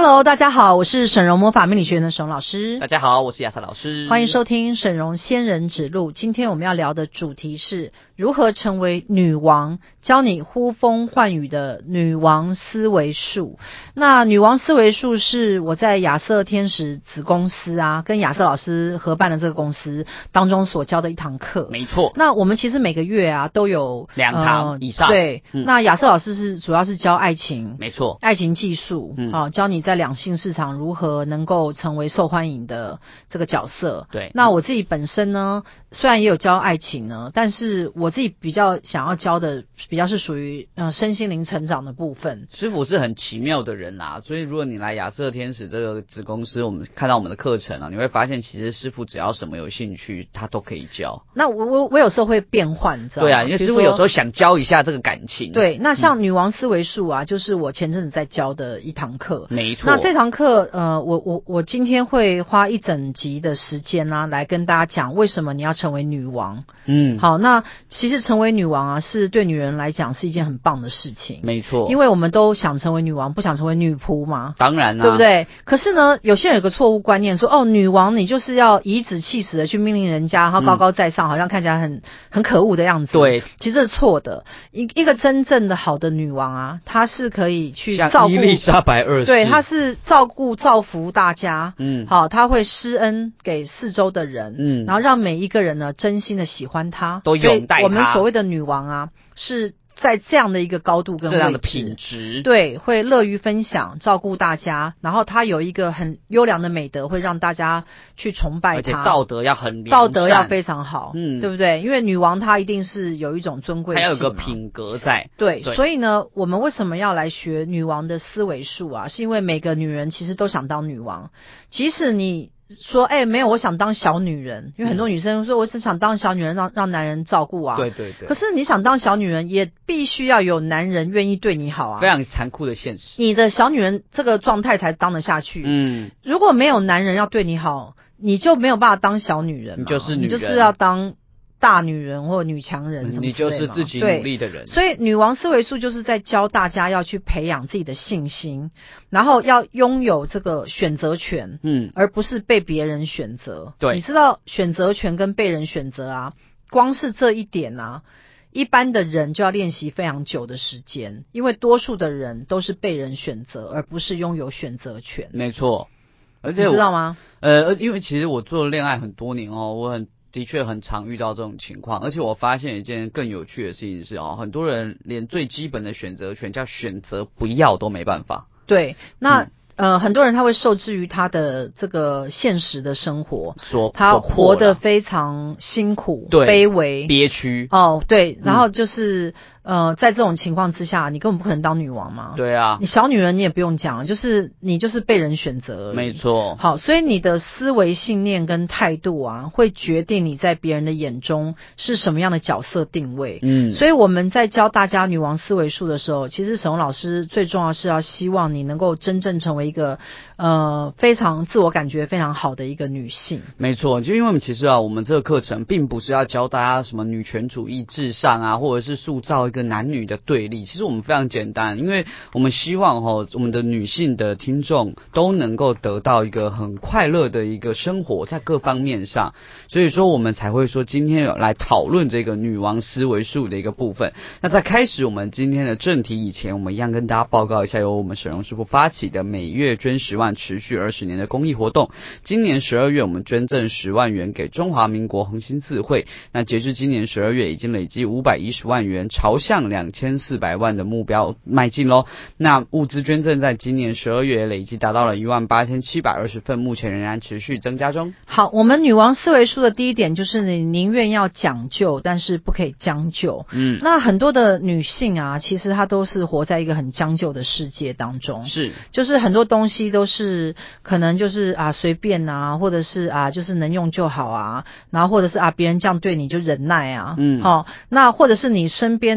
Hello， 大家好，我是沈荣魔法命理学院的沈荣老师。 大家好，我是亚瑟老师。 欢迎收听沈荣仙人指路。今天我们要聊的主题是如何成为女王，教你呼风唤雨的女王思维术。那女王思维术是我在亚瑟天使子公司跟亚瑟老师合办的这个公司当中所教的一堂课。 没错。 那我们其实每个月都有 2堂以上。 对，那亚瑟老师主要是教爱情。 没错。 爱情技术，教你在两性市场如何能够成为受欢迎的这个角色。 对。 那我自己本身呢，虽然也有教爱情呢，但是我自己比较想要教的比较是属于身心灵成长的部分。 师傅是很奇妙的人啦，所以如果你来亚瑟天使这个子公司，我们看到我们的课程你会发现其实师傅只要什么有兴趣，他都可以教。 那我有时候会变换，你知道吗？ 对啊，因为师傅有时候想教一下这个感情。 对，那像女王思维术就是我前阵子在教的一堂课。 没错。 那这堂课我今天会花一整集的时间来跟大家讲为什么你要成为女王。好，那其实成为女王是对女人来讲是一件很棒的事情。 没错。 因为我们都想成为女王，不想成为女仆嘛。 当然对不对？可是呢，有些人有个错误观念说，女王你就是要颐指气使的去命令人家，然后高高在上，好像看起来很可恶的样子。 对， 其实这是错的。一个真正的好的女王她是可以去照顾像伊丽莎白二世。 对，她是造福大家。好，她会施恩给四周的人。然后让每一个人呢真心的喜欢她， 都拥戴她。 我们所谓的女王是在这样的一个高度跟位置， 这样的品质。 对，会乐于分享，照顾大家，然后她有一个很优良的美德，会让大家去崇拜她， 而且道德要很良善， 道德要非常好。对不对？因为女王她一定是有一种尊贵性， 还有个品格在。 对，所以呢，我们为什么要来学女王的思维术是因为每个女人其实都想当女王，即使你说没有，我想当小女人，因为很多女生说我是想当小女人，让男人照顾对对对。 可是你想当小女人，也必须要有男人愿意对你好非常残酷的现实。 你的小女人这个状态才当得下去。如果没有男人要对你好，你就没有办法当小女人嘛。 你就是女人， 你就是要当大女人或女强人什么之类的， 你就是自己努力的人。 所以女王思维术就是在教大家要去培养自己的信心，然后要拥有这个选择权，而不是被别人选择。 对， 你知道选择权跟被人选择光是这一点一般的人就要练习非常久的时间，因为多数的人都是被人选择，而不是拥有选择权。 没错，而且你知道吗？ 因为其实我做恋爱很多年我的确很常遇到这种情况，而且我发现一件更有趣的事情是很多人连最基本的选择权叫选择不要都没办法。 对，那很多人他会受制于他的这个现实的生活，他活得非常辛苦、卑微、 憋屈。 对，然后就是在这种情况之下，你根本不可能当女王嘛。 对啊， 你小女人你也不用讲，就是你就是被人选择而已。 没错。 好，所以你的思维信念跟态度会决定你在别人的眼中是什么样的角色定位。所以我们在教大家女王思维术的时候，其实沈荣老师最重要是要希望你能够真正成为一个非常自我感觉非常好的一个女性。 没错，就因为我们其实我们这个课程并不是要教大家什么女权主义至上或者是塑造一个男女的对立。其实我们非常简单，因为我们希望我们的女性的听众都能够得到一个很快乐的一个生活，在各方面上。所以说我们才会说今天有来讨论这个女王思维术的一个部分。那在开始我们今天的正题以前，我们一样跟大家报告一下由我们沈荣师傅发起的每月捐10万持续20年的公益活动。今年12月我们捐赠10万元给中华民国恒星自会，那截至今年12月已经累积510万元，朝向2400万的目标迈进咯。那物资捐赠在今年12月累计达到了18720份，目前仍然持续增加中。 好，我们女王思维术的第一点就是你宁愿要讲究，但是不可以将就。那很多的女性其实她都是活在一个很将就的世界当中， 是， 就是很多东西都是可能就是随便或者是就是能用就好然后或者是别人这样对你就忍耐那或者是你身边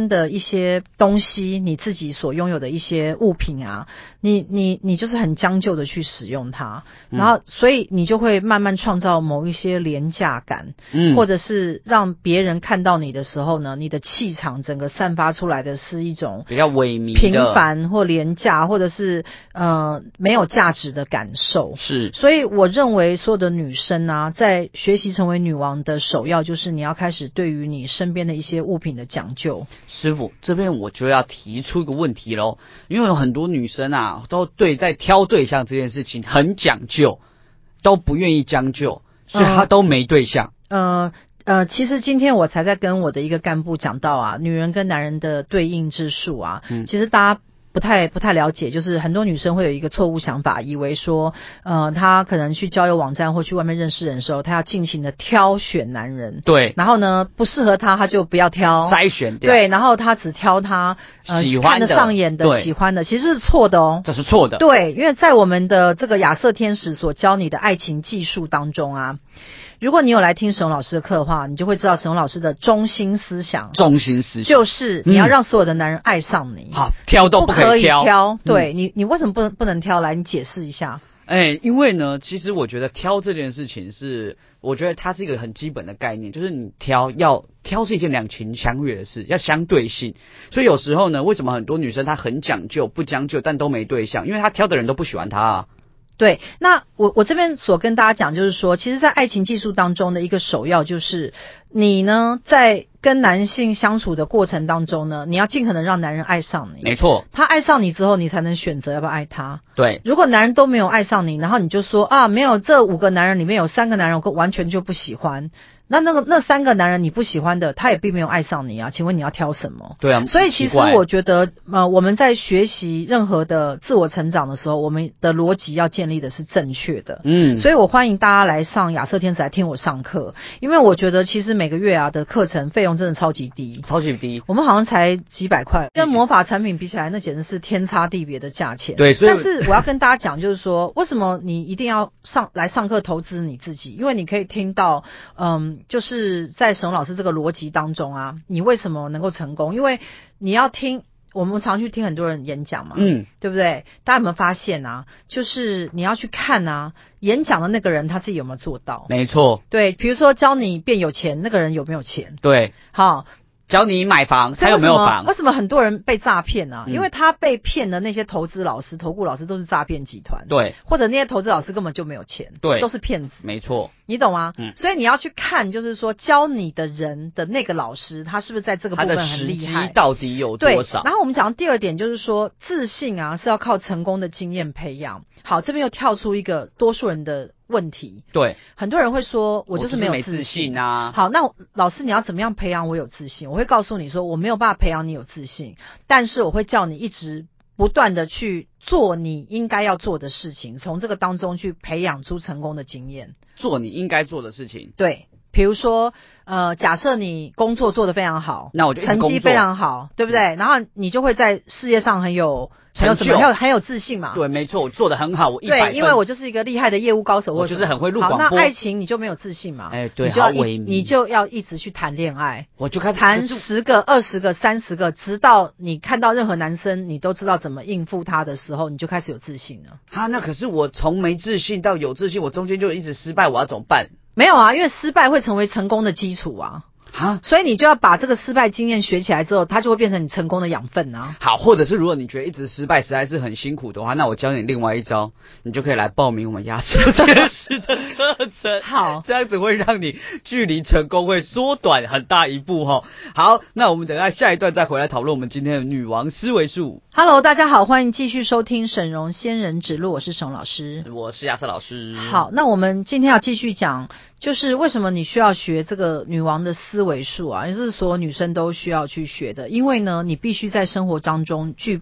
的一些东西，你自己所拥有的一些物品啊，你就是很将就的去使用它，然后所以你就会慢慢创造某一些廉价感，或者是让别人看到你的时候呢，你的气场整个散发出来的是一种比较萎靡、 平凡或廉价，或者是没有价值的感受。 是， 所以我认为所有的女生啊，在学习成为女王的首要就是你要开始对于你身边的一些物品的讲究。 师傅，这边我就要提出一个问题咯，因为有很多女生啊，都对在挑对象这件事情很讲究，都不愿意将就，所以她都没对象。 其实今天我才在跟我的一个干部讲到啊，女人跟男人的对应之术啊，其实大家不太了解，就是很多女生会有一个错误想法，以为说她可能去交友网站或去外面认识人的时候，她要尽情的挑选男人， 对， 然后呢不适合她就不要挑， 筛选掉， 对，然后她只挑她喜欢的看得上眼的喜欢的，其实是错的哦， 这是错的。 对，因为在我们的这个亚瑟天使所教你的爱情技术当中啊，如果你有来听沈荣老师的课的话，你就会知道沈荣老师的中心思想就是你要让所有的男人爱上你。 好，挑都不可以挑。 对，你为什么不能挑？来，你解释一下。 因为呢，其实我觉得挑这件事情是，我觉得它是一个很基本的概念，就是你挑是一件两情相悦的事，要相对性。所以有时候呢，为什么很多女生她很讲究，不将就，但都没对象？因为她挑的人都不喜欢她啊。 对，那我这边所跟大家讲就是说，其实在爱情技术当中的一个首要就是你呢在跟男性相处的过程当中呢，你要尽可能让男人爱上你。 没错， 他爱上你之后，你才能选择要不要爱他。 对， 如果男人都没有爱上你，然后你就说啊，没有，这5个男人里面有3个男人我完全就不喜欢。那3个男人你不喜欢的，他也并没有爱上你啊，请问你要挑什么？ 对啊， 所以其实我觉得我们在学习任何的自我成长的时候，我们的逻辑要建立的是正确的。所以我欢迎大家来上亚瑟天使来听我上课，因为我觉得其实每个月啊的课程费用真的超级低，我们好像才几百块，跟魔法产品比起来，那简直是天差地别的价钱。 对，所以但是我要跟大家讲，就是说为什么你一定要来上课投资你自己？因为你可以听到就是在沈荣老师这个逻辑当中啊，你为什么能够成功？因为你要听，我们常去听很多人演讲嘛，对不对？大家有没有发现啊？就是你要去看啊，演讲的那个人他自己有没有做到？ 没错， 对，比如说教你变有钱，那个人有没有钱？ 对， 好。 教你买房，他有没有房？ 为什么很多人被诈骗啊？因为他被骗的那些投顾老师都是诈骗集团， 对， 或者那些投资老师根本就没有钱， 对， 都是骗子， 没错， 你懂吗？所以你要去看，就是说教你的人的那个老师，他是不是在这个部分很厉害？ 他的时机到底有多少？ 然后我们讲到第二点，就是说自信啊是要靠成功的经验培养。好，这边又跳出一个多数人的问题， 对， 很多人会说我就是没有自信啊。 好，那老师你要怎么样培养我有自信？我会告诉你说我没有办法培养你有自信，但是我会叫你一直不断的去做你应该要做的事情，从这个当中去培养出成功的经验， 做你应该做的事情。 对，比如说假设你工作做得非常好， 那我就成绩非常好，对不对？然后你就会在事业上很有自信嘛。 对，没错，我做得很好，我100分。 对，因为我就是一个厉害的业务高手， 我就是很会录广播。 好，那爱情你就没有自信嘛？ 对， 你就要一直去谈恋爱， 我就开始谈10个、20个、30个，直到你看到任何男生，你都知道怎么应付他的时候，你就开始有自信了。 那可是我从没自信到有自信，我中间就一直失败，我要怎么办？ 没有啊，因为失败会成为成功的基础啊。所以你就要把这个失败经验学起来之后，它就会变成你成功的养分啊。 好，或者是如果你觉得一直失败实在是很辛苦的话，那我教你另外一招，你就可以来报名我们亚瑟天使的课程。 好， 这样子会让你距离成功会缩短很大一步齁。好，那我们等一下一段再回来讨论我们今天的女王思维术。 Hello， 大家好，欢迎继续收听沈荣仙人指路，我是沈老师， 我是亚瑟老师。 好，那我们今天要继续讲，就是为什么你需要学这个女王的思维术啊，也是所有女生都需要去学的。因为呢，你必须在生活当中具备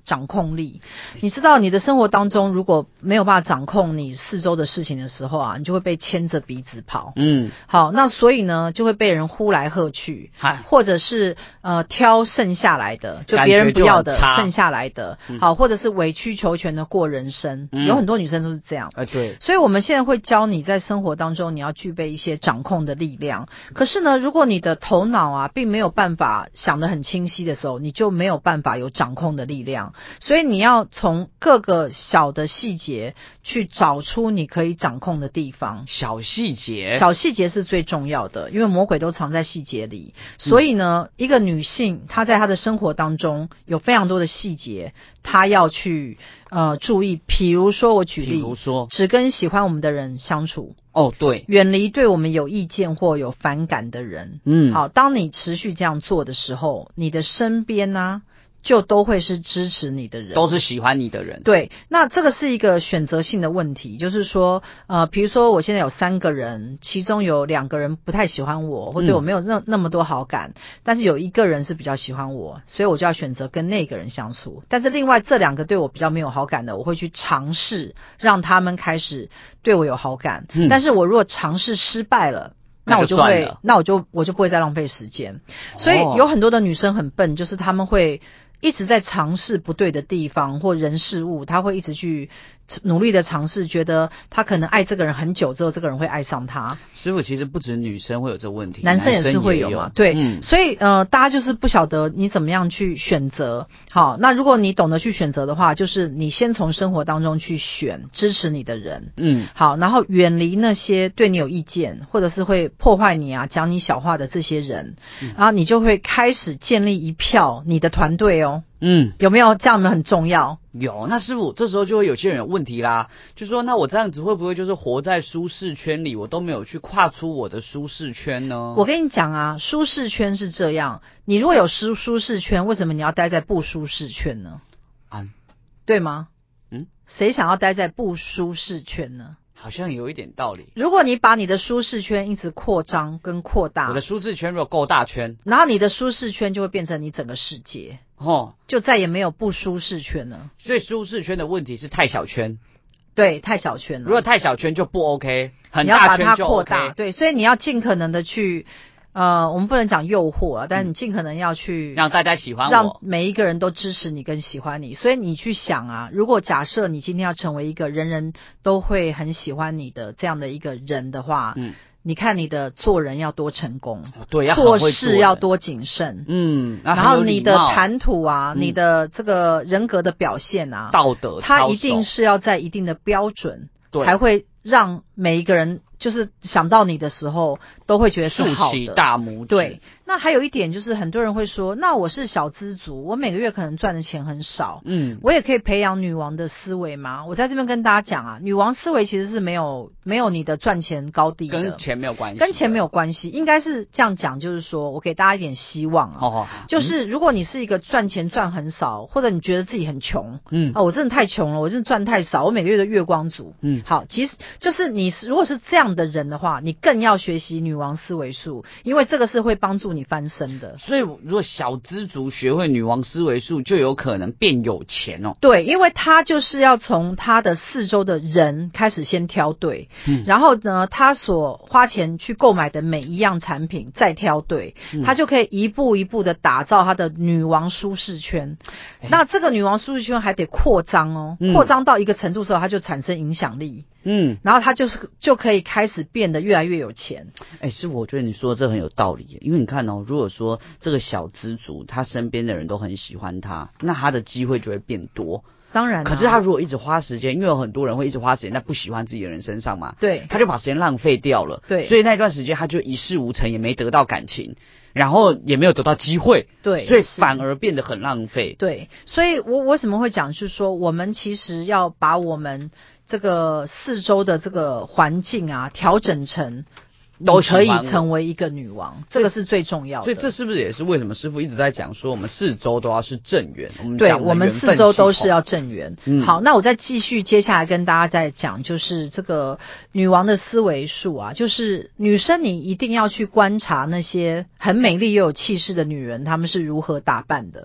掌控力。你知道你的生活当中如果没有办法掌控你四周的事情的时候啊，你就会被牵着鼻子跑。好，那所以呢就会被人呼来喝去，或者是挑剩下来的，就别人不要的剩下来的，好，或者是委曲求全的过人生，有很多女生都是这样。 对， 所以我们现在会教你在生活当中你要具备一些掌控的力量。可是呢，如果你的头脑啊并没有办法想得很清晰的时候，你就没有办法有掌控的力量。所以你要从各个小的细节去找出你可以掌控的地方。 小细节是最重要的，因为魔鬼都藏在细节里。所以呢，一个女性她在她的生活当中有非常多的细节，她要去注意。比如说我举例，只跟喜欢我们的人相处。 对， 远离对我们有意见或有反感的人。好，当你持续这样做的时候，你的身边啊就都会是支持你的人， 都是喜欢你的人。 对，那这个是一个选择性的问题，就是说比如说我现在有3个人，其中有2个人不太喜欢我，或对我没有那么多好感，但是有1个人是比较喜欢我，所以我就要选择跟那个人相处。但是另外这2个对我比较没有好感的，我会去尝试让他们开始对我有好感。但是我如果尝试失败了，那我就不会再浪费时间。所以有很多的女生很笨，就是她们会一直在尝试不对的地方或人事物，他会一直去努力的尝试，觉得他可能爱这个人很久之后，这个人会爱上他。 师父，其实不止女生会有这个问题， 男生也是会有嘛。对，所以大家就是不晓得你怎么样去选择。好，那如果你懂得去选择的话，就是你先从生活当中去选支持你的人。好，然后远离那些对你有意见或者是会破坏你啊讲你小话的这些人。然后你就会开始建立一票你的团队哦。有没有这样的很重要？ 有。那师父，这时候就会有些人有问题啦，就说那我这样子会不会就是活在舒适圈里，我都没有去跨出我的舒适圈呢？ 我跟你讲啊，舒适圈是这样，你如果有舒适圈，为什么你要待在不舒适圈呢？对吗？谁想要待在不舒适圈呢？ 好像有一点道理。 如果你把你的舒适圈一直扩张跟扩大， 我的舒适圈如果够大圈， 然后你的舒适圈就会变成你整个世界，就再也没有不舒适圈了。 所以舒适圈的问题是太小圈。 对，太小圈了。 如果太小圈就不 OK， 很大圈就 OK， 你要把它扩大。对，所以你要尽可能的去我们不能讲诱惑啊，但是你尽可能要去让大家喜欢我， 让每一个人都支持你跟喜欢你。所以你去想啊，如果假设你今天要成为一个人人都会很喜欢你的这样的一个人的话，你看你的做人要多成功， 对，要做事要多谨慎， 然后你的谈吐啊，你的这个人格的表现啊， 道德， 它一定是要在一定的标准，才会让每一个人就是想到你的时候都会觉得是好的， 竖起大拇指。 对，那还有一点就是很多人会说，那我是小资族，我每个月可能赚的钱很少，我也可以培养女王的思维吗？我在这边跟大家讲啊，女王思维其实是没有你的赚钱高低的， 跟钱没有关系， 应该是这样讲，就是说我给大家一点希望啊，就是如果你是一个赚钱赚很少，或者你觉得自己很穷，我真的太穷了，我真的赚太少，我每个月的月光族，好，其实就是你如果是这样的人的话，你更要学习女王思维术，因为这个是会帮助你翻身的。 所以如果小资族学会女王思维术，就有可能变有钱哦。 对，因为他就是要从他的四周的人开始先挑对，然后呢，他所花钱去购买的每一样产品再挑对，他就可以一步一步的打造他的女王舒适圈。那这个女王舒适圈还得扩张哦，扩张到一个程度的时候，它就产生影响力。然后他就可以开始变得越来越有钱。 是我觉得你说的这很有道理，因为你看哦，如果说这个小资族他身边的人都很喜欢他，那他的机会就会变多。 当然可是他如果一直花时间，因为有很多人会一直花时间在不喜欢自己的人身上嘛， 对， 他就把时间浪费掉了。 对， 所以那段时间他就一事无成，也没得到感情，然后也没有得到机会， 对， 所以反而变得很浪费。 对，所以我为什么会讲，就是说我们其实要把我们这个四周的这个环境啊调整成都可以成为一个女王，这个是最重要的。 所以这是不是也是为什么师父一直在讲说我们四周都要是正缘？ 我们四周都是要正缘。好，那我再继续接下来跟大家再讲，就是这个女王的思维术啊，就是女生你一定要去观察那些很美丽又有气势的女人，她们是如何打扮的。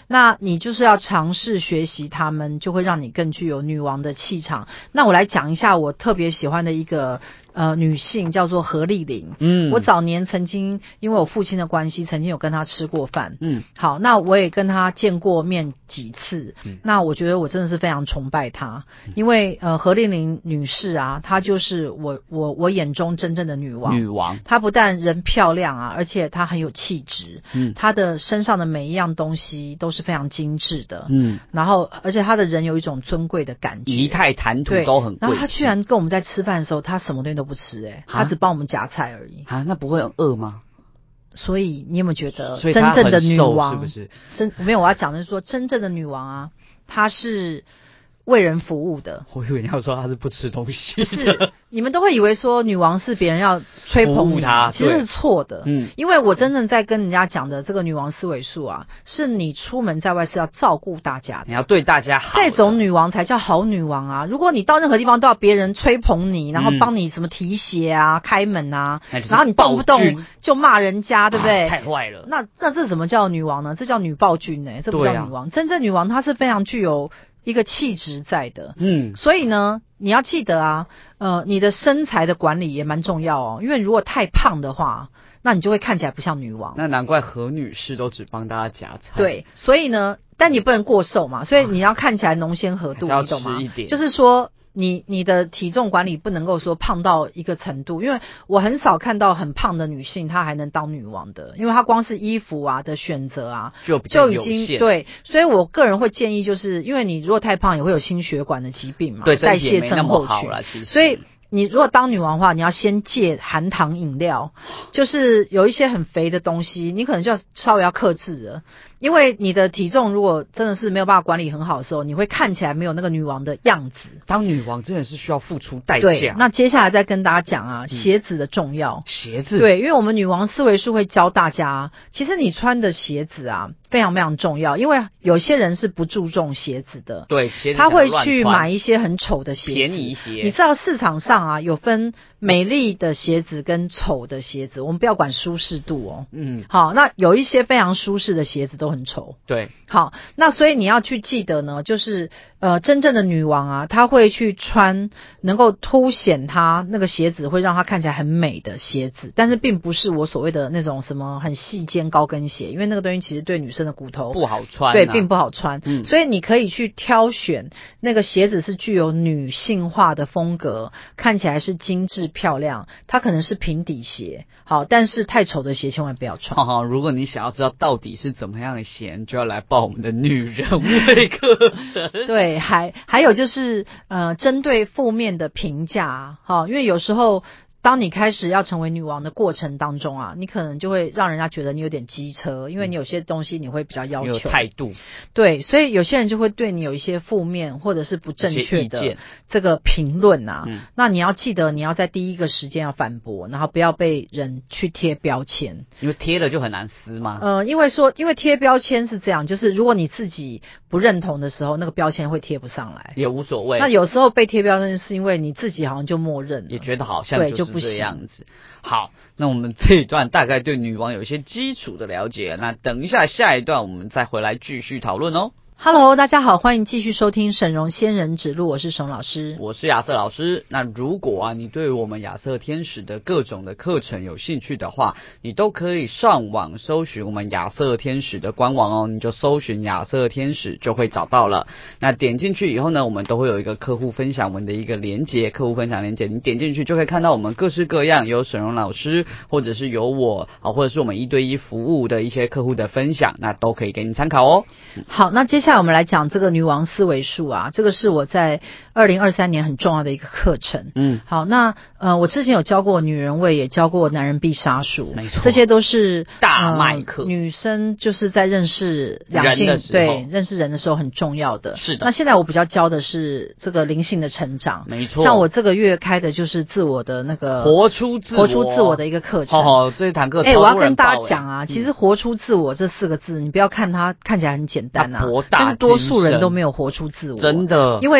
那你就是要尝试学习他们，就会让你更具有女王的气场。那我来讲一下我特别喜欢的一个女性，叫做何丽玲。我早年曾经因为我父亲的关系，曾经有跟她吃过饭。好，那我也跟她见过面几次。那我觉得我真的是非常崇拜她，因为何丽玲女士啊，她就是我眼中真正的女王。她不但人漂亮啊，而且她很有气质。她的身上的每一样东西都是非常精致的。然后而且她的人有一种尊贵的感觉， 仪态谈吐都很贵。 然后她居然跟我们在吃饭的时候，她什么东西都不吃，她只帮我们夹菜而已。 那不会很饿吗？ 所以你有没有觉得真正的女王， 是不是？ 没有，我要讲的是说真正的女王啊，她是为人服务的。 我以为你要说她是不吃东西的。 不是，你们都会以为说女王是别人要吹捧你，其实是错的。因为我真正在跟人家讲的这个女王思维术啊，是你出门在外是要照顾大家的， 你要对大家好， 这种女王才叫好女王啊！如果你到任何地方都要别人吹捧你，然后帮你什么提鞋啊、开门啊，然后你动不动就骂人家，对不对？ 太坏了。 那这怎么叫女王呢？这叫女暴君这不叫女王。真正女王她是非常具有一个气质在的。所以呢，你要记得啊，你的身材的管理也蛮重要哦，因为如果太胖的话，那你就会看起来不像女王。 那难怪何女士都只帮大家夹菜。 对，所以呢，但你不能过瘦嘛，所以你要看起来浓鲜合度，你懂吗？就是说你的体重管理不能够说胖到一个程度，因为我很少看到很胖的女性她还能当女王的，因为她光是衣服啊的选择啊就已经对，所以我个人会建议，就是因为你如果太胖也会有心血管的疾病嘛， 对， 代谢症候群，所以你如果当女王的话，你要先戒含糖饮料，就是有一些很肥的东西，你可能就要稍微要克制了。因为你的体重如果真的是没有办法管理很好的时候，你会看起来没有那个女王的样子。 当女王真的是需要付出代价。 对，那接下来再跟大家讲啊，鞋子的重要。 鞋子， 对，因为我们女王思维术会教大家，其实你穿的鞋子啊非常非常重要，因为有些人是不注重鞋子的。 对，鞋子他会去买一些很丑的鞋子， 便宜鞋。 你知道市场上啊有分美丽的鞋子跟丑的鞋子，我们不要管舒适度哦。好，那有一些非常舒适的鞋子都很丑。 对， 好，那所以你要去记得呢，就是真正的女王啊，她会去穿能够凸显她那个鞋子会让她看起来很美的鞋子，但是并不是我所谓的那种什么很细肩高跟鞋，因为那个东西其实对女生的骨头不好穿， 对，并不好穿。所以你可以去挑选那个鞋子是具有女性化的风格，看起来是精致漂亮，它可能是平底鞋，好，但是太丑的鞋千万不要穿。 如果你想要知道到底是怎么样的鞋，就要来报我们的女人味课程。 对，还有就是针对负面的评价因为有时候当你开始要成为女王的过程当中啊，你可能就会让人家觉得你有点机车，因为你有些东西你会比较要求， 有态度。 对，所以有些人就会对你有一些负面或者是不正确的这个评论啊。那你要记得你要在第一个时间要反驳，然后不要被人去贴标签， 因为贴了就很难撕嘛。 因为贴标签是这样，就是如果你自己不认同的时候，那个标签会贴不上来， 也无所谓。 那有时候被贴标签是因为你自己好像就默认了， 也觉得好像就是这样子。好，那我们这一段大概对女王有一些基础的了解，那等一下下一段我们再回来继续讨论哦。 Hello， 大家好，欢迎继续收听沈荣仙人指路，我是沈老师， 我是亚瑟老师。那如果你对我们亚瑟天使的各种的课程有兴趣的话，你都可以上网搜寻我们亚瑟天使的官网哦，你就搜寻亚瑟天使就会找到了。那点进去以后呢，我们都会有一个客户分享文的一个连结，客户分享连结，你点进去就可以看到我们各式各样有沈荣老师，或者是有我或者是我们1对1服务的一些客户的分享，那都可以给你参考哦。 好，那接下来我们来讲这个女王思维术啊，这个是我在2023年很重要的一个课程。好，那我之前有教过女人味，也教过男人必杀术， 没错， 这些都是大麦课， 女生就是在认识两性对认识人的时候很重要的。 是的。 那现在我比较教的是这个灵性的成长， 没错。 像我这个月开的就是自我的那个活出自我的一个课程。 这一堂课我要跟大家讲啊，其实活出自我这4个字，你不要看它看起来很简单啊，就是多数人都没有活出自我， 真的。 因为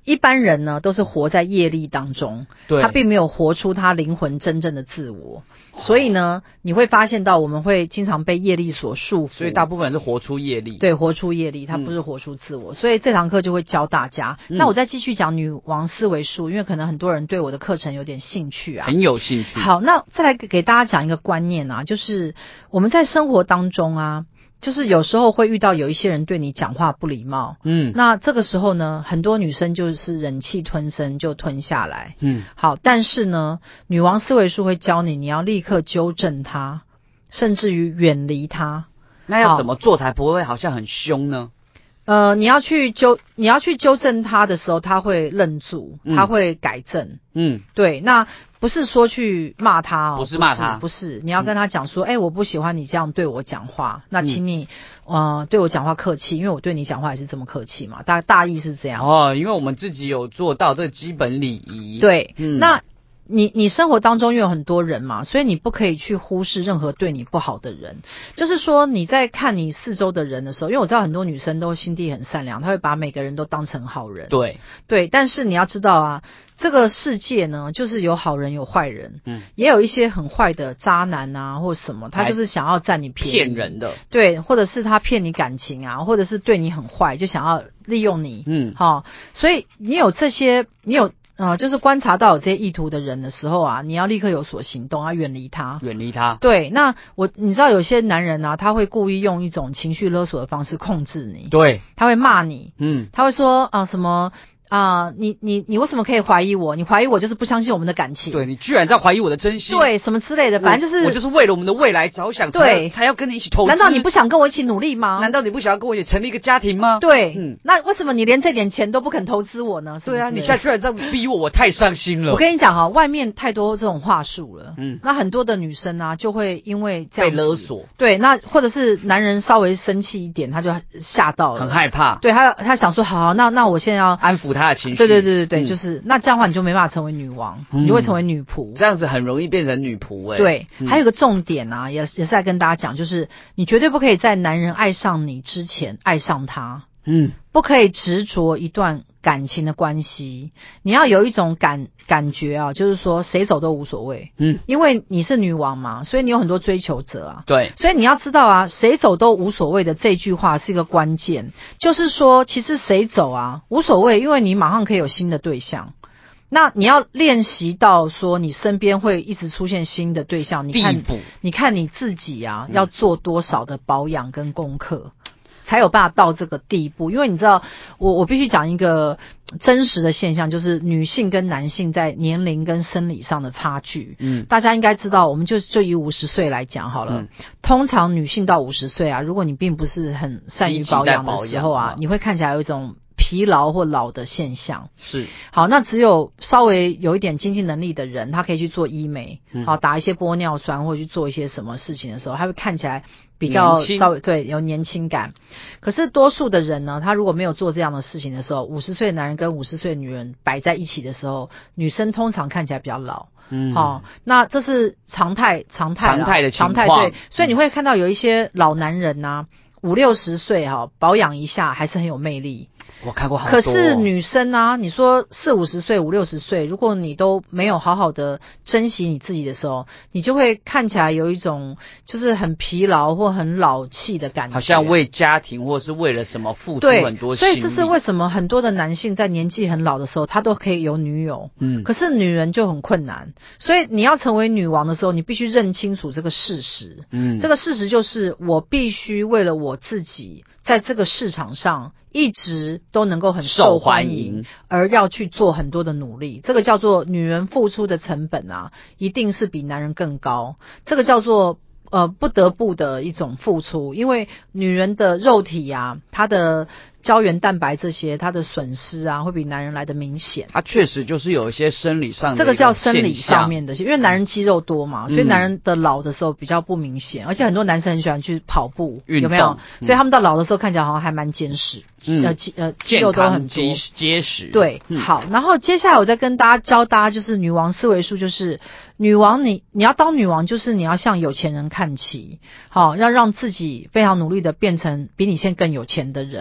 一般人呢都是活在业力当中， 对， 他并没有活出他灵魂真正的自我，所以呢你会发现到我们会经常被业力所束缚， 所以大部分人是活出业力， 对，活出业力，他不是活出自我，所以这堂课就会教大家。那我再继续讲女王思维术，因为可能很多人对我的课程有点兴趣啊， 很有兴趣。 好，那再来给大家讲一个观念啊，就是我们在生活当中啊，就是有时候会遇到有一些人对你讲话不礼貌，那这个时候呢，很多女生就是忍气吞声就吞下来，好，但是呢，女王思维术会教你，你要立刻纠正她，甚至于远离她。 那要怎么做才不会好像很凶呢？ 你要去纠正他的时候，他会愣住，他会改正。对，那不是说去骂他哦， 不是骂他， 不是，你要跟他讲说，我不喜欢你这样对我讲话，那请你对我讲话客气，因为我对你讲话也是这么客气嘛，大意是这样。 哦，因为我们自己有做到这基本礼仪。 对，那你生活当中又有很多人嘛，所以你不可以去忽视任何对你不好的人。就是说你在看你四周的人的时候，因为我知道很多女生都心地很善良，她会把每个人都当成好人。对，但是你要知道啊，这个世界呢，就是有好人有坏人，也有一些很坏的渣男啊或什么，他就是想要占你便宜， 骗人的。对， 或者是他骗你感情啊，或者是对你很坏，就想要利用你。所以你有这些，就是观察到有这些意图的人的时候啊，你要立刻有所行动，要远离他。对，那你知道有些男人啊，他会故意用一种情绪勒索的方式控制你。 对， 他会骂你，他会说什么你为什么可以怀疑我？你怀疑我就是不相信我们的感情。 对，你居然在怀疑我的真心。 对，什么之类的，反正就是我就是为了我们的未来着想， 对， 才要跟你一起投资。 难道你不想跟我一起努力吗？ 难道你不想要跟我一起成立一个家庭吗？ 对，那为什么你连这点钱都不肯投资我呢？ 对啊，你现在居然这样逼我太伤心了。 我跟你讲外面太多这种话术了。那很多的女生啊，就会因为这样被勒索。 对，那或者是男人稍微生气一点，他就吓到了， 很害怕。 对，他想说好，那我现在要安抚他的情绪。 对，就是那这样的话，你就没办法成为女王，你就会成为女仆。 这样子很容易变成女仆。 对，还有一个重点啊，也是在跟大家讲，就是你绝对不可以在男人爱上你之前爱上他。不可以执着一段感情的关系，你要有一种感觉啊，就是说谁走都无所谓。因为你是女王嘛，所以你有很多追求者啊。 对， 所以你要知道啊，谁走都无所谓的这句话是一个关键，就是说其实谁走啊无所谓，因为你马上可以有新的对象。那你要练习到说你身边会一直出现新的对象，你看你自己啊，要做多少的保养跟功课。才有办法到这个地步，因为你知道，我必须讲一个真实的现象，就是女性跟男性在年龄跟生理上的差距。大家应该知道，我们就以50岁来讲好了。通常女性到50岁啊，如果你并不是很善于保养的时候啊，你会看起来有一种疲劳或老的现象。 是，好， 那只有稍微有一点经济能力的人，他可以去做医美，打一些玻尿酸或者去做一些什么事情的时候，他会看起来比较稍微对有年轻感。可是多数的人呢，他如果没有做这样的事情的时候，50岁的男人跟50岁的女人摆在一起的时候，女生通常看起来比较老。那这是常态的情况。对，所以你会看到有一些老男人啊，50-60岁保养一下还是很有魅力。 我看过好多。 可是女生啊，你说40-50岁、50-60岁，如果你都没有好好的珍惜你自己的时候，你就会看起来有一种就是很疲劳或很老气的感觉， 好像为家庭或是为了什么付出很多心力。 所以这是为什么很多的男性在年纪很老的时候，他都可以有女友。可是女人就很困难。所以你要成为女王的时候，你必须认清楚这个事实。这个事实就是我必须为了我自己，在这个市场上一直都能够很受欢迎，而要去做很多的努力。这个叫做女人付出的成本啊，一定是比男人更高。这个叫做不得不的一种付出，因为女人的肉体啊，她的胶原蛋白这些，它的损失啊，会比男人来的明显。 它确实就是有一些生理上的这个叫生理上面的，因为男人肌肉多嘛，所以男人的老的时候比较不明显，而且很多男生很喜欢去跑步，有没有？所以他们到老的时候看起来好像还蛮坚实，肌肉都很多结实。 对，好，然后接下来我再跟大家教大家就是女王思维术，就是女王你要当女王，就是你要向有钱人看齐，好，要让自己非常努力的变成比你现在更有钱的人，才能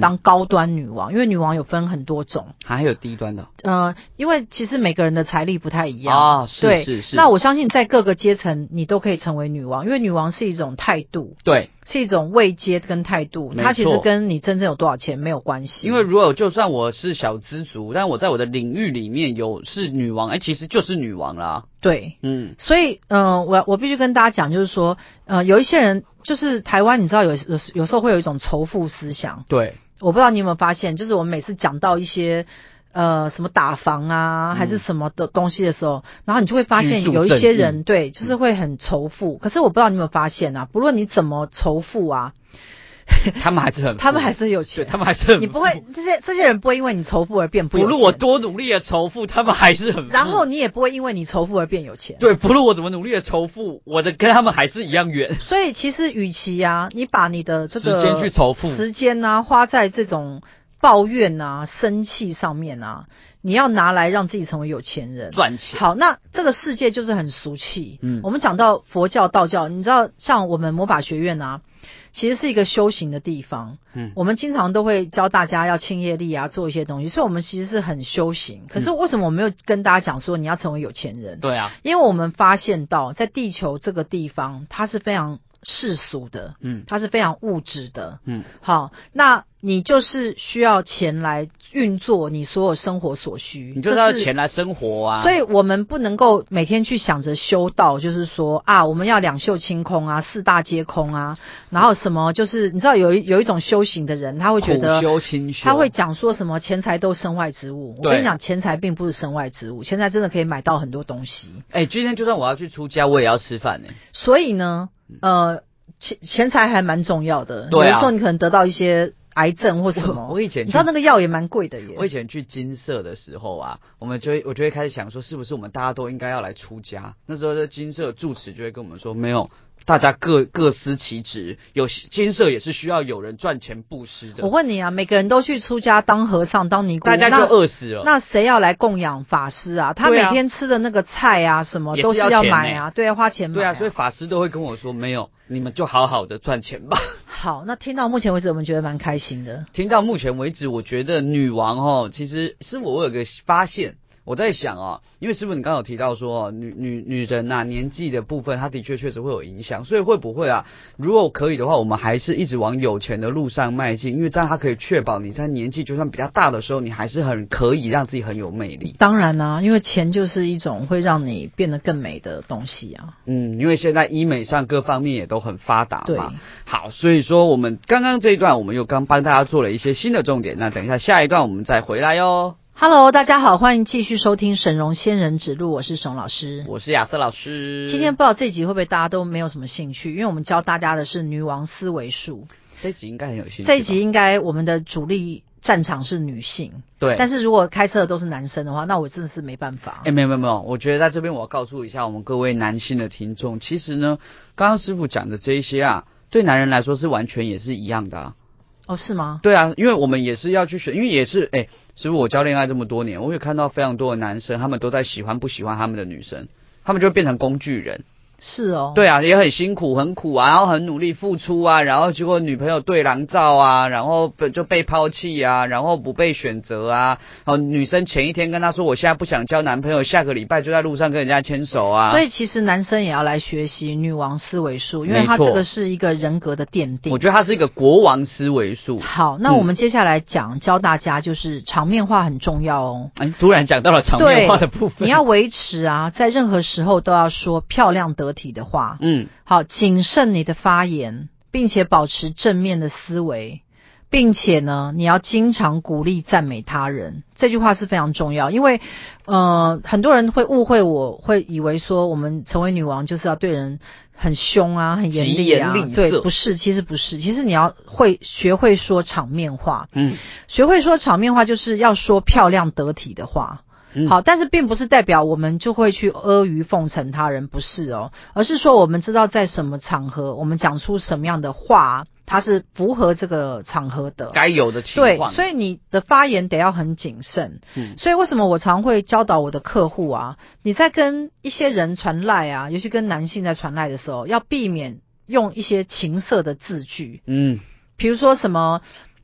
当高端女王，因为女王有分很多种， 还有低端的。 因为其实每个人的财力不太一样啊， 对， 是。 那我相信在各个阶层你都可以成为女王，因为女王是一种态度， 对， 是一种位阶跟态度，它其实跟你真正有多少钱没有关系。 因为如果就算我是小资族，但我在我的领域里面是女王，其实就是女王啦。 对，所以我必须跟大家讲，就是说有一些人就是台湾，你知道有时候会有一种仇富思想。 对， 我不知道你有没有发现，就是我们每次讲到一些什么打房啊，还是什么的东西的时候，然后你就会发现有一些人对，就是会很仇富。可是我不知道你有没有发现啊，不论你怎么仇富啊， 他们还是很有钱， 他们还是很， 你不会这些人不会因为你仇富而变不有钱， 不论我多努力的仇富，他们还是很富， 然后你也不会因为你仇富而变有钱， 对，不论我怎么努力的仇富，我的跟他们还是一样远。 所以其实与其你把你的这个时间去仇富， 时间花在这种抱怨生气上面你要拿来让自己成为有钱人赚钱。 好，那这个世界就是很俗气。我们讲到佛教道教，你知道像我们魔法学院其实是一个修行的地方。我们经常都会教大家要清业力做一些东西，所以我们其实是很修行。可是为什么我没有跟大家讲说你要成为有钱人？ 对啊， 因为我们发现到在地球这个地方，它是非常世俗的，它是非常物质的，好，那你就是需要钱来运作你所有生活所需， 你就是要钱来生活啊。 所以我们不能够每天去想着修道，就是说我们要两袖清空四大皆空然后什么就是你知道有一种修行的人，他会觉得苦修清修， 他会讲说什么钱财都身外之物。我跟你讲，钱财并不是身外之物，钱财真的可以买到很多东西。 今天就算我要去出家，我也要吃饭所以呢，钱财还蛮重要的。 对啊， 有的时候你可能得到一些癌症或什么， 我以前你知道那个药也蛮贵的耶。 我以前去金色的时候我就会开始想说，是不是我们大家都应该要来出家？那时候的金色住持就会跟我们说，没有。大家各司其职，有金色也是需要有人赚钱布施的。 我问你每个人都去出家当和尚当尼姑， 大家就饿死了。 那谁要来供养法师他每天吃的那个菜什么都是要买对，要花钱买对所以法师都会跟我说，没有，你们就好好的赚钱吧。 好，那听到目前为止我们觉得蛮开心的。 听到目前为止我觉得女王其实是我有个发现，我在想因为师傅你刚刚有提到说女人年纪的部分，它的确会有影响，所以会不会如果可以的话，我们还是一直往有钱的路上迈进，因为这样它可以确保你在年纪就算比较大的时候，你还是很可以让自己很有魅力。 当然因为钱就是一种会让你变得更美的东西因为现在医美上各方面也都很发达嘛。 对， 好，所以说我们刚刚这一段我们又刚帮大家做了一些新的重点，那等一下下一段我们再回来哟。 Hello， 大家好，欢迎继续收听沈荣仙人指路，我是沈老师， 我是亚瑟老师。 今天不知道这一集会不会大家都没有什么兴趣，因为我们教大家的是女王思维术。 这一集应该很有兴趣。 这一集应该我们的主力战场是女性， 对。 但是如果开车的都是男生的话，那我真的是没办法。 没有，我觉得在这边我要告诉一下我们各位男性的听众，其实呢，刚刚师傅讲的这一些对男人来说是完全也是一样的是吗？ 对因为我们也是要去选，因为也是师傅我教恋爱这么多年，我也看到非常多的男生，他们都在喜欢不喜欢他们的女生，他们就会变成工具人。 是对也很辛苦很苦然后很努力付出然后结果女朋友对狼照然后就被抛弃然后不被选择女生前一天跟他说我现在不想交男朋友，下个礼拜就在路上跟人家牵手所以其实男生也要来学习女王思维术，因为它这个是一个人格的奠定。 我觉得它是一个国王思维术。 好，那我们接下来教大家就是场面话很重要突然讲到了场面话的部分。 你要维持在任何时候都要说漂亮得体的话。好，谨慎你的发言，并且保持正面的思维，并且呢，你要经常鼓励赞美他人。这句话是非常重要，因为很多人会误会我，会以为说我们成为女王就是要对人很凶很严厉对，不是，其实不是，其实你要学会说场面话。学会说场面话就是要说漂亮得体的话。好，但是并不是代表我们就会去阿谀奉承他人，不是而是说我们知道在什么场合我们讲出什么样的话它是符合这个场合的该有的情况。 对，所以你的发言得要很谨慎。所以为什么我常会教导我的客户你在跟一些人传赖尤其跟男性在传赖的时候，要避免用一些情色的字句。比如说什么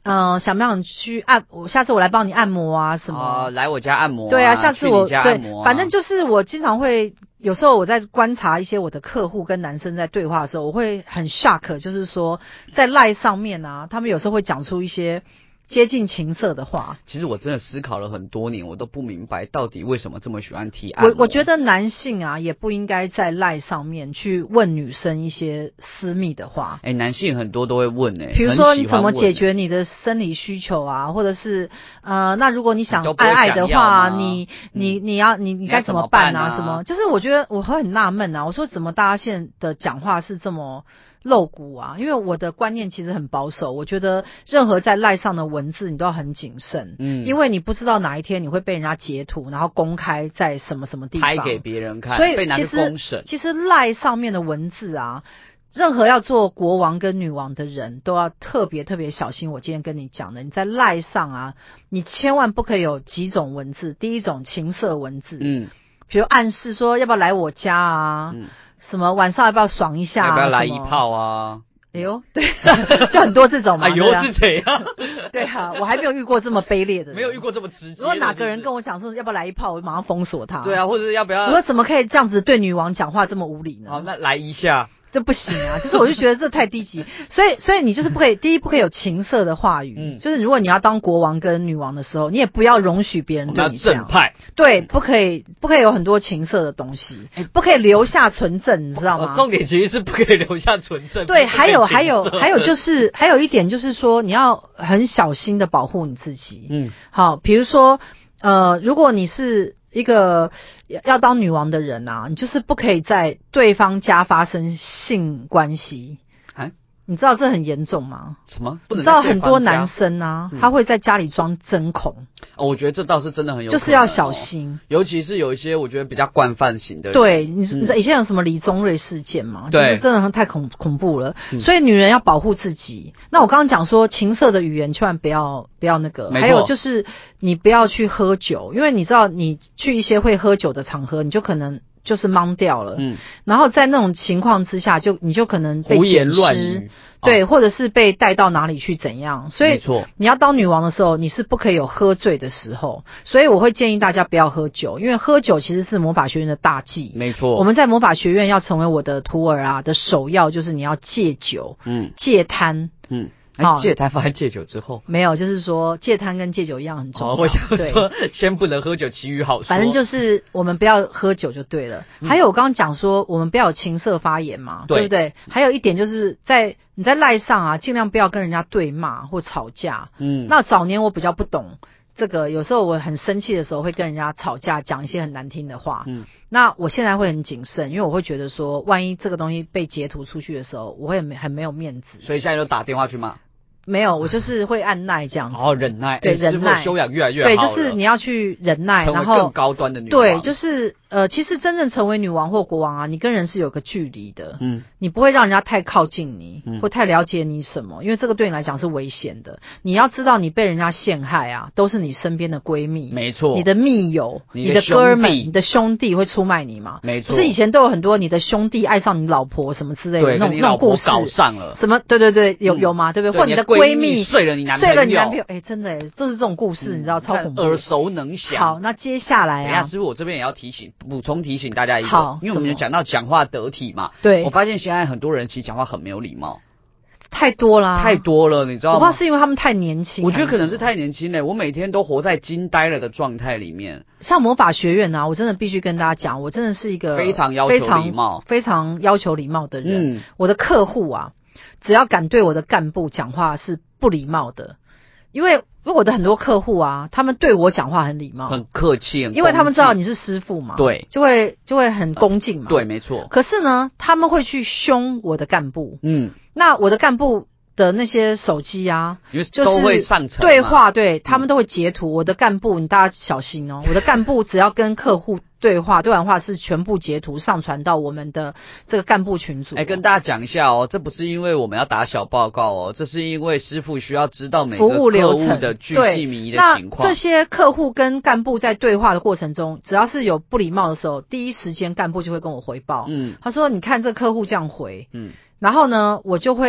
想不想去下次我来帮你按摩啊什么？ 来我家按摩对啊，下次我去你家按摩反正就是我经常会有时候我在观察一些我的客户跟男生在对话的时候，我会很 shock， 就是说在赖上面啊，他们有时候会讲出一些接近情色的话。 其实我真的思考了很多年，我都不明白到底为什么这么喜欢提按摩。 我觉得男性啊也不应该在赖上面去问女生一些私密的话。 男性很多都会问比如说你怎么解决你的生理需求啊，或者是那如果你想爱的话，你该怎么办啊？什么？就是我觉得我会很纳闷啊，我说怎么大家现在的讲话是这么露骨啊？因为我的观念其实很保守，我觉得任何在赖上的文字你都要很谨慎，因为你不知道哪一天你会被人家截图，然后公开在什么什么地方拍给别人看， 所以被拿去公审。 其实赖上面的文字啊，任何要做国王跟女王的人都要特别特别小心。我今天跟你讲的，你在赖上啊，你千万不可以有几种文字。第一种情色文字，比如暗示说要不要来我家啊，什么晚上要不要爽一下啊， 要不要来一炮啊？ 哎呦，对，就很多这种嘛。 哎呦，是怎样？ 对啊，我还没有遇过这么卑劣的人， 没有遇过这么直接。 如果哪个人跟我讲说要不要来一炮，我就马上封锁他。 对啊，或者是要不要？ 我说怎么可以这样子对女王讲话这么无理呢？ 好，那来一下。 这不行啊！就是我就觉得这太低级，所以你就是不可以，第一不可以有情色的话语，就是如果你要当国王跟女王的时候，你也不要容许别人对你这样。 正派， 对，不可以有很多情色的东西，不可以留下存证，你知道吗？ 重点其实是不可以留下存证。 对，还有就是还有一点就是说，你要很小心的保护你自己。好，比如说如果你是一个要当女王的人啊，你就是不可以在对方家发生性关系。你知道这很严重吗？ 什么？不能？ 你知道很多男生啊，他会在家里装针孔。 我觉得这倒是真的很有可能， 就是要小心。 尤其是有一些我觉得比较惯犯型的人。 对，你以前有什么李宗瑞事件嘛？ 对， 就是真的太恐怖了。所以女人要保护自己。那我刚刚讲说情色的语言千万不要那个。还有就是你不要去喝酒，因为你知道你去一些会喝酒的场合，你就可能就是懵掉了。然后在那种情况之下，你就可能被胡言乱语。 对，或者是被带到哪里去怎样，所以你要当女王的时候，你是不可以有喝醉的时候，所以我会建议大家不要喝酒，因为喝酒其实是魔法学院的大忌。 没错， 我们在魔法学院要成为我的徒儿啊的首要就是你要戒酒，戒贪， 戒贪放在戒酒之后， 没有，就是说戒贪跟戒酒一样很重要。 我想说，先不能喝酒，其余好说。 反正就是我们不要喝酒就对了。还有我刚刚讲说，我们不要有情色发言嘛，对不对？还有一点就是你在赖上啊，尽量不要跟人家对骂或吵架。那早年我比较不懂这个，有时候我很生气的时候会跟人家吵架，讲一些很难听的话。那我现在会很谨慎，因为我会觉得说，万一这个东西被截图出去的时候，我会很没有面子。 所以现在就打电话去骂。 没有，我就是会按耐这样子。 忍耐， 对，忍耐， 修养越来越好了。 对，就是你要去忍耐，然后更高端的女王。 对，就是其实真正成为女王或国王啊，你跟人是有个距离的。你不会让人家太靠近你，或太了解你什么，因为这个对你来讲是危险的。你要知道，你被人家陷害啊，都是你身边的闺蜜， 没错， 你的密友、你的哥们、你的兄弟会出卖你嘛？ 没错， 不是以前都有很多你的兄弟爱上你老婆什么之类的那种故事， 搞上了什么？对，有吗？对不对？或你的闺蜜睡了你男朋友， 真的就是这种故事，你知道超恐怖， 耳熟能详。 好，那接下来等一下师傅，我这边也要补充提醒大家一个，因为我们讲到讲话得体嘛， 对， 我发现现在很多人其实讲话很没有礼貌。 太多了， 你知道吗？ 我不知道是因为他们太年轻， 我觉得可能是太年轻了。我每天都活在惊呆了的状态里面。 像魔法学院啊，我真的必须跟大家讲，我真的是一个非常要求礼貌、 非常要求礼貌的人。我的客户啊，只要敢对我的干部讲话是不礼貌的，因为我的很多客户啊，他们对我讲话很礼貌， 很客气， 因为他们知道你是师傅嘛， 对， 就会很恭敬嘛， 对，没错。 可是呢，他们会去凶我的干部，那我的干部的那些手机啊，就是都会上传对话，对，他们都会截图。我的干部，你大家小心哦，我的干部只要跟客户对完话是全部截图上传到我们的这个干部群组。 跟大家讲一下哦，这不是因为我们要打小报告哦，这是因为师傅需要知道每个客户的巨细靡遗的情况。 那这些客户跟干部在对话的过程中，只要是有不礼貌的时候，第一时间干部就会跟我回报。他说：“你看这客户这样回。”然后呢，我就会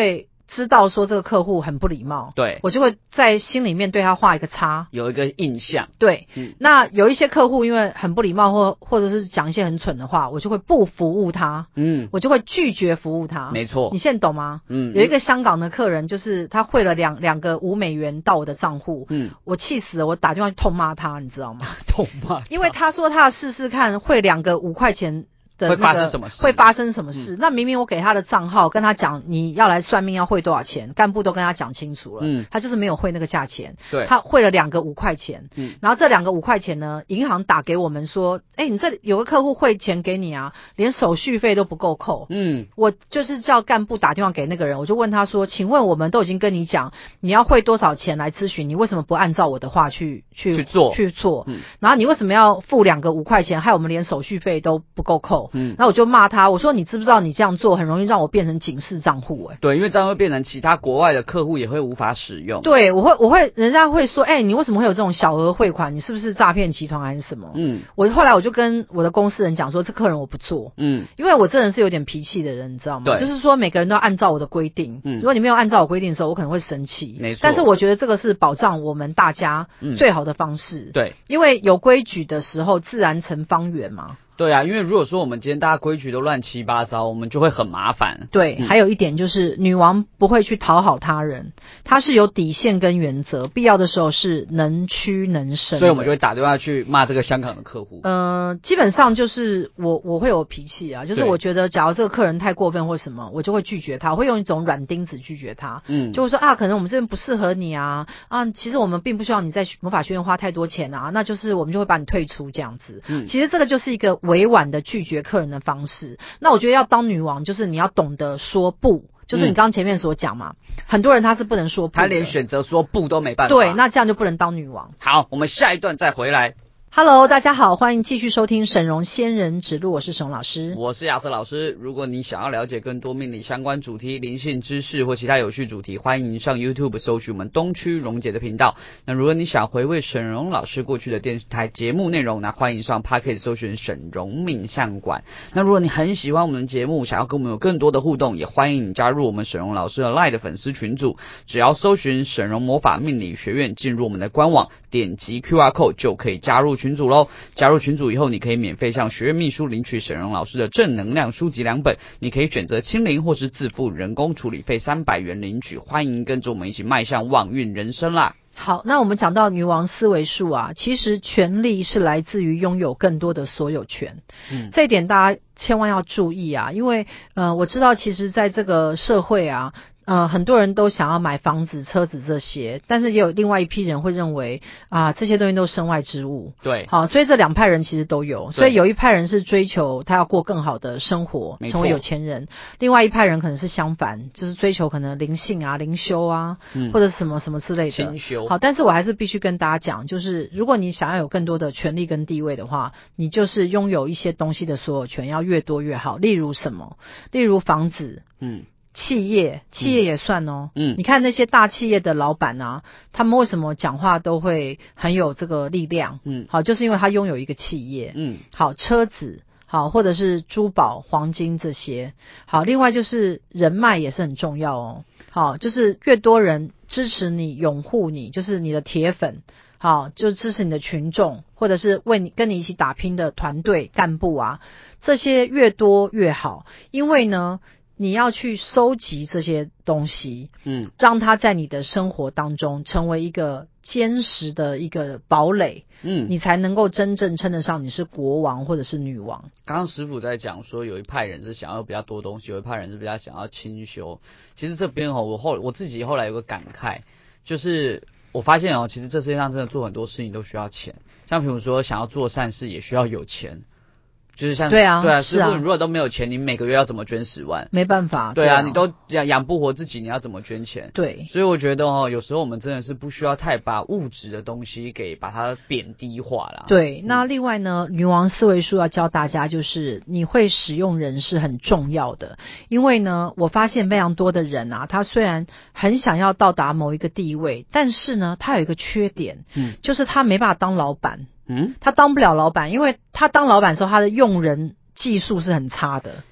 知道说这个客户很不礼貌， 对， 我就会在心里面对他画一个叉， 有一个印象。 对，那有一些客户因为很不礼貌或者是讲一些很蠢的话，我就会不服务他，我就会拒绝服务他。 没错， 你现在懂吗？有一个香港的客人，就是他汇了两个$5到我的账户，我气死了，我打电话痛骂他，你知道吗？ 痛骂， 因为他说他试试看汇2个5块钱。 会发生什么事？ 会发生什么事？那明明我给他的账号，跟他讲你要来算命要汇多少钱，干部都跟他讲清楚了，他就是没有汇那个价钱。 对， 他汇了2个5块钱，然后这2个5块钱呢，银行打给我们说，你这有个客户汇钱给你啊，连手续费都不够扣。我就是叫干部打电话给那个人，我就问他说，请问我们都已经跟你讲你要汇多少钱来咨询，你为什么不按照我的话去做？然后你为什么要付2个5块钱，害我们连手续费都不够扣？然后我就骂他，我说你知不知道你这样做很容易让我变成警示账户？ 对，因为这样会变成其他国外的客户也会无法使用。 对，我会，人家会说，你为什么会有这种小额汇款？你是不是诈骗集团还是什么？后来我就跟我的公司人讲说，这客人我不做，因为我这人是有点脾气的人，你知道吗？就是说每个人都要按照我的规定，如果你没有按照我规定的时候，我可能会生气。 没错， 但是我觉得这个是保障我们大家最好的方式。 对， 因为有规矩的时候，自然成方圆嘛。 对啊，因为如果说我们今天大家规矩都乱七八糟，我们就会很麻烦。 对，还有一点就是女王不会去讨好他人，她是有底线跟原则，必要的时候是能屈能伸。 所以我们就会打电话去骂这个香港的客户。 基本上就是我会有脾气啊，就是我觉得假如这个客人太过分或什么，我就会拒绝他，我会用一种软钉子拒绝他。就会说可能我们这边不适合你啊，其实我们并不需要你在魔法学院花太多钱啊，那就是我们就会把你退出这样子。其实这个就是一个委婉的拒绝客人的方式。那我觉得要当女王，就是你要懂得说不，就是你刚刚前面所讲嘛，很多人他是不能说不的， 他连选择说不都没办法。 对，那这样就不能当女王。 好，我们下一段再回来。 Hello， 大家好，欢迎继续收听沈荣仙人指路，我是沈荣老师， 我是亚瑟老师。如果你想要了解更多命理相关主题、灵性知识或其他有趣主题，欢迎上 YouTube 搜取我们东区荣姐的频道。那如果你想回味沈荣老师过去的电视台节目内容，那欢迎上 Podcast 搜寻沈荣命相馆。那如果你很喜欢我们的节目，想要跟我们有更多的互动，也欢迎你加入我们沈荣老师的 LINE 的粉丝群组，只要搜寻沈荣魔法命理学院，进入我们的官网，点击 QR Code 就可以加入群组咯。加入群组以后，你可以免费向学院秘书领取沈荣老师的正能量书籍2本，你可以选择清零或是自付人工处理费300元领取。欢迎跟着我们一起迈向旺运人生啦！ 好，那我们讲到女王思维术啊，其实权力是来自于拥有更多的所有权。这一点大家千万要注意啊，因为我知道其实在这个社会啊，很多人都想要买房子、车子这些，但是也有另外一批人会认为这些东西都是身外之物。 对， 好，所以这两派人其实都有。所以有一派人是追求他要过更好的生活，成为有钱人；另外一派人可能是相反，就是追求可能灵性啊、灵修啊，或者什么什么之类的清修。 好，但是我还是必须跟大家讲，就是如果你想要有更多的权利跟地位的话，你就是拥有一些东西的所有权要越多越好。例如什么？例如房子。企业也算哦。你看那些大企业的老板啊，他们为什么讲话都会很有这个力量？好，就是因为他拥有一个企业。好，车子，好，或者是珠宝、黄金这些。好，另外就是人脉也是很重要哦。好，就是越多人支持你、拥护你，就是你的铁粉。好，就支持你的群众，或者是跟你一起打拼的团队干部啊，这些越多越好，因为呢，你要去收集这些东西，让它在你的生活当中成为一个坚实的一个堡垒，你才能够真正称得上你是国王或者是女王。 刚刚师傅在讲说，有一派人是想要比较多东西，有一派人是比较想要清修。其实这边我自己后来有个感慨，就是我发现其实这世界上真的做很多事情都需要钱，像比如说想要做善事也需要有钱。就是像对啊，师傅，你如果都没有钱，你每个月要怎么捐10万？ 没办法。 对啊，你都养不活自己，你要怎么捐钱？ 对， 所以我觉得有时候我们真的是不需要太把物质的东西给把它贬低化啦。 对，那另外呢，女王思维术要教大家，就是你会使用人是很重要的，因为呢，我发现非常多的人啊，他虽然很想要到达某一个地位，但是呢，他有一个缺点，就是他没办法当老板。他当不了老板，因为他当老板的时候，他的用人技术是很差的。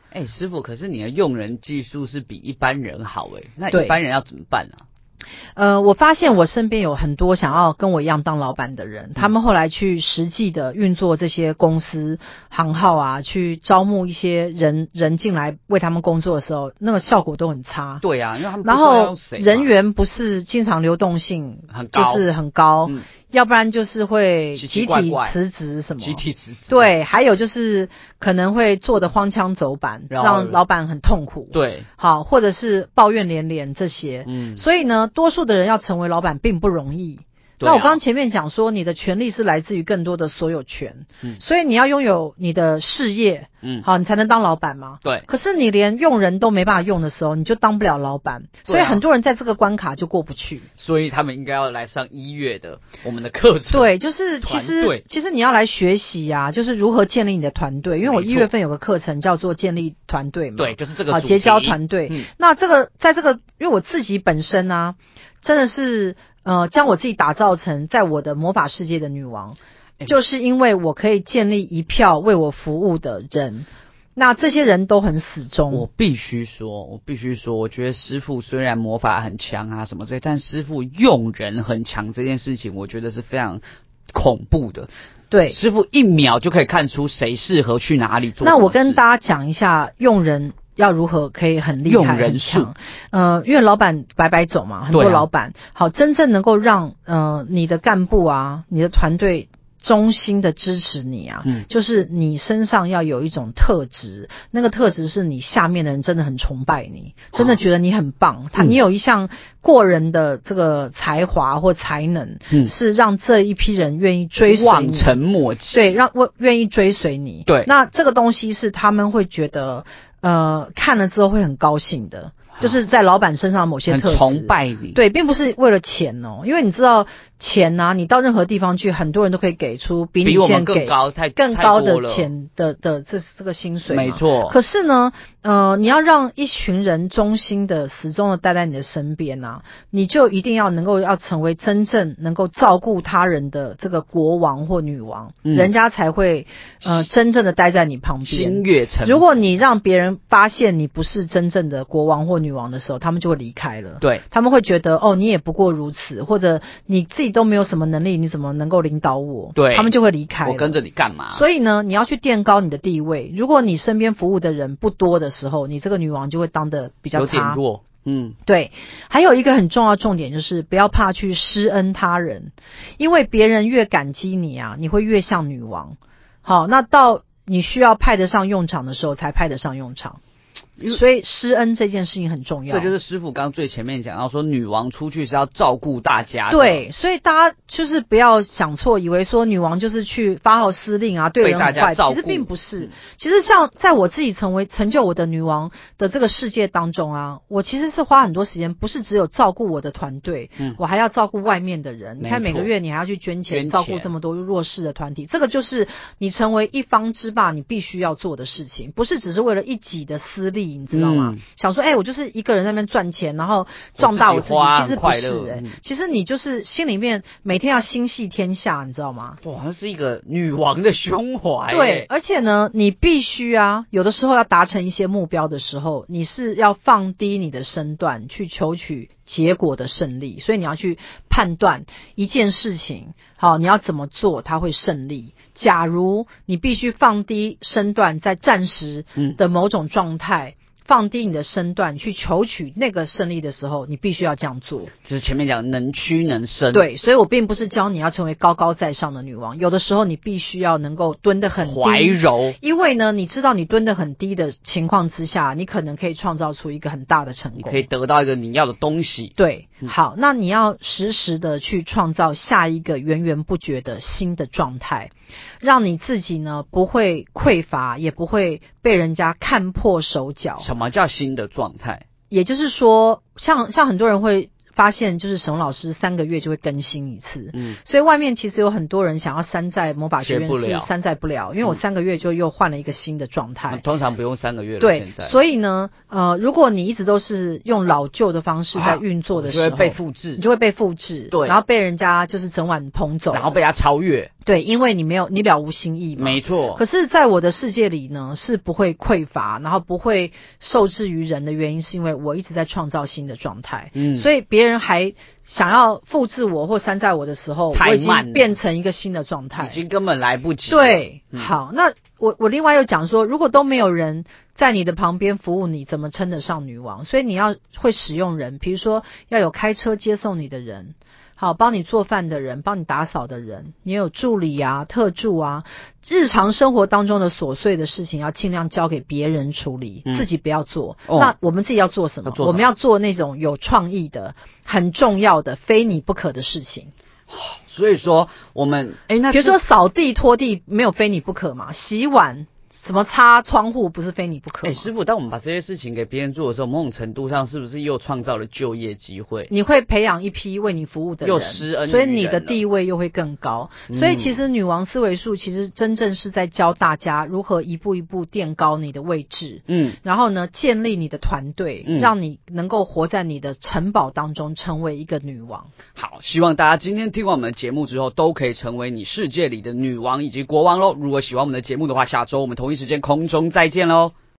师傅，可是你的用人技术是比一般人好那对一般人要怎么办啊？ 我发现我身边有很多想要跟我一样当老板的人，他们后来去实际的运作这些公司行号啊，去招募一些人进来为他们工作的时候，那个效果都很差。 对啊，因为他们不然知道要后用谁嘛人员不是经常流动性很高， 就是很高，要不然就是会奇集体奇怪怪辞职什么， 集体辞职。 对，还有就是可能会做的荒腔走板，让老板很痛苦。 对， 好，或者是抱怨连连这些。所以呢，多数的人要成为老板并不容易。那我刚刚前面讲说，你的权利是来自于更多的所有权，所以你要拥有你的事业，好，你才能当老板嘛。 对。 可是你连用人都没办法用的时候，你就当不了老板，所以很多人在这个关卡就过不去。 所以他们应该要来上1月的我们的课程。 对，就是其实你要来学习啊，就是如何建立你的团队。因为我1月份有个课程叫做建立团队嘛， 对，就是这个主题， 结交团队。那在这个，因为我自己本身啊，真的是将我自己打造成在我的魔法世界的女王，就是因为我可以建立一票为我服务的人。那这些人都很死忠。 我必须说，我觉得师父虽然魔法很强啊什么之类，但师父用人很强这件事情，我觉得是非常恐怖的。 对， 师父1秒就可以看出谁适合去哪里做。 那我跟大家讲一下用人要如何可以很厉害用人术。 因为老板白走嘛，很多老板，好，真正能够让你的干部啊，你的团队衷心的支持你啊，就是你身上要有一种特质，那个特质是你下面的人真的很崇拜你，真的觉得你很棒，你有一项过人的这个才华或才能，是让这一批人愿意追随你， 望尘莫及。 对，让我愿意追随你。 对， 那这个东西是他们会觉得看了之后会很高兴的。就是在老板身上某些特质， 很崇拜你。对， 并不是为了钱哦，因为你知道钱啊，你到任何地方去，很多人都可以给出比你现在更高的钱的这个薪水嘛。 没错。 可是呢，你要让一群人忠心的、始终的待在你的身边啊，你就一定要成为真正能够照顾他人的这个国王或女王，人家才会真正的待在你旁边。 心悦诚服。 如果你让别人发现你不是真正的国王或女王的时候，他们就会离开了。 对， 他们会觉得你也不过如此，或者你自己都没有什么能力，你怎么能够领导我？ 对， 他们就会离开了。 我跟着你干嘛？ 所以呢，你要去垫高你的地位。如果你身边服务的人不多的时候，你这个女王就会当得比较差， 有点弱。 对。还有一个很重要的重点就是不要怕去施恩他人，因为别人越感激你啊，你会越像女王。好，那到你需要派得上用场的时候才派得上用场。所以施恩这件事情很重要。 这就是师父刚最前面讲到说，女王出去是要照顾大家的。 对，所以大家就是不要想错，以为说女王就是去发号施令啊，对人很坏。其实并不是。其实像在我自己成就我的女王的这个世界当中啊，我其实是花很多时间，不是只有照顾我的团队，我还要照顾外面的人。你看每个月你还要去捐钱照顾这么多弱势的团体，这个就是你成为一方之霸你必须要做的事情，不是只是为了一己的私利。你知道吗？想说我就是一个人在那边赚钱，然后壮大我自己，其实不是其实你就是心里面每天要心系天下，你知道吗？ 哇，那是一个女王的胸怀。 对，而且呢，你必须啊，有的时候要达成一些目标的时候，你是要放低你的身段去求取结果的胜利，所以你要去判断一件事情，好，你要怎么做它会胜利。假如你必须放低身段，在暂时的某种状态，放低你的身段去求取那个胜利的时候，你必须要这样做。 就是前面讲能屈能伸。 对，所以我并不是教你要成为高高在上的女王，有的时候你必须要能够蹲得很低， 怀柔。因为呢，你知道你蹲得很低的情况之下，你可能可以创造出一个很大的成功， 你可以得到一个你要的东西。 对，好，那你要时时的去创造下一个源源不绝的新的状态，让你自己呢不会匮乏，也不会被人家看破手脚。 什么叫新的状态？ 也就是说，像很多人会发现，就是沈老师3个月就会更新一次。所以外面其实有很多人想要山寨魔法学院是山寨不了，因为我3个月就又换了一个新的状态。 通常不用3个月了。 对， 现在。 所以呢，如果你一直都是用老旧的方式在运作的时候， 就会被复制， 你就会被复制， 对， 然后被人家就是整晚捧走， 然后被他超越。 对，因为你了无新意嘛。 没错。 可是在我的世界里呢，是不会匮乏，然后不会受制于人的原因，是因为我一直在创造新的状态。所以别人还想要复制我或山寨我的时候，我已经变成一个新的状态， 已经根本来不及。 对，好，那我另外又讲说，如果都没有人在你的旁边服务你，怎么称得上女王？所以你要会使用人，比如说要有开车接送你的人，好，帮你做饭的人，帮你打扫的人，你有助理啊、特助啊，日常生活当中的琐碎的事情要尽量交给别人处理，自己不要做。那我们自己要做什么？我们要做那种有创意的、很重要的、非你不可的事情。 所以说我们那比如说扫地拖地没有非你不可嘛，洗碗什么擦窗户不是非你不可吗？ 师傅，当我们把这些事情给别人做的时候，某种程度上是不是又创造了就业机会？ 你会培养一批为你服务的人， 又施恩于人了， 所以你的地位又会更高。所以其实女王思维术其实真正是在教大家如何一步一步垫高你的位置，然后呢建立你的团队，让你能够活在你的城堡当中，成为一个女王。 好，希望大家今天听完我们的节目之后，都可以成为你世界里的女王以及国王咯。如果喜欢我们的节目的话，下周我们同一时间空中再见咯。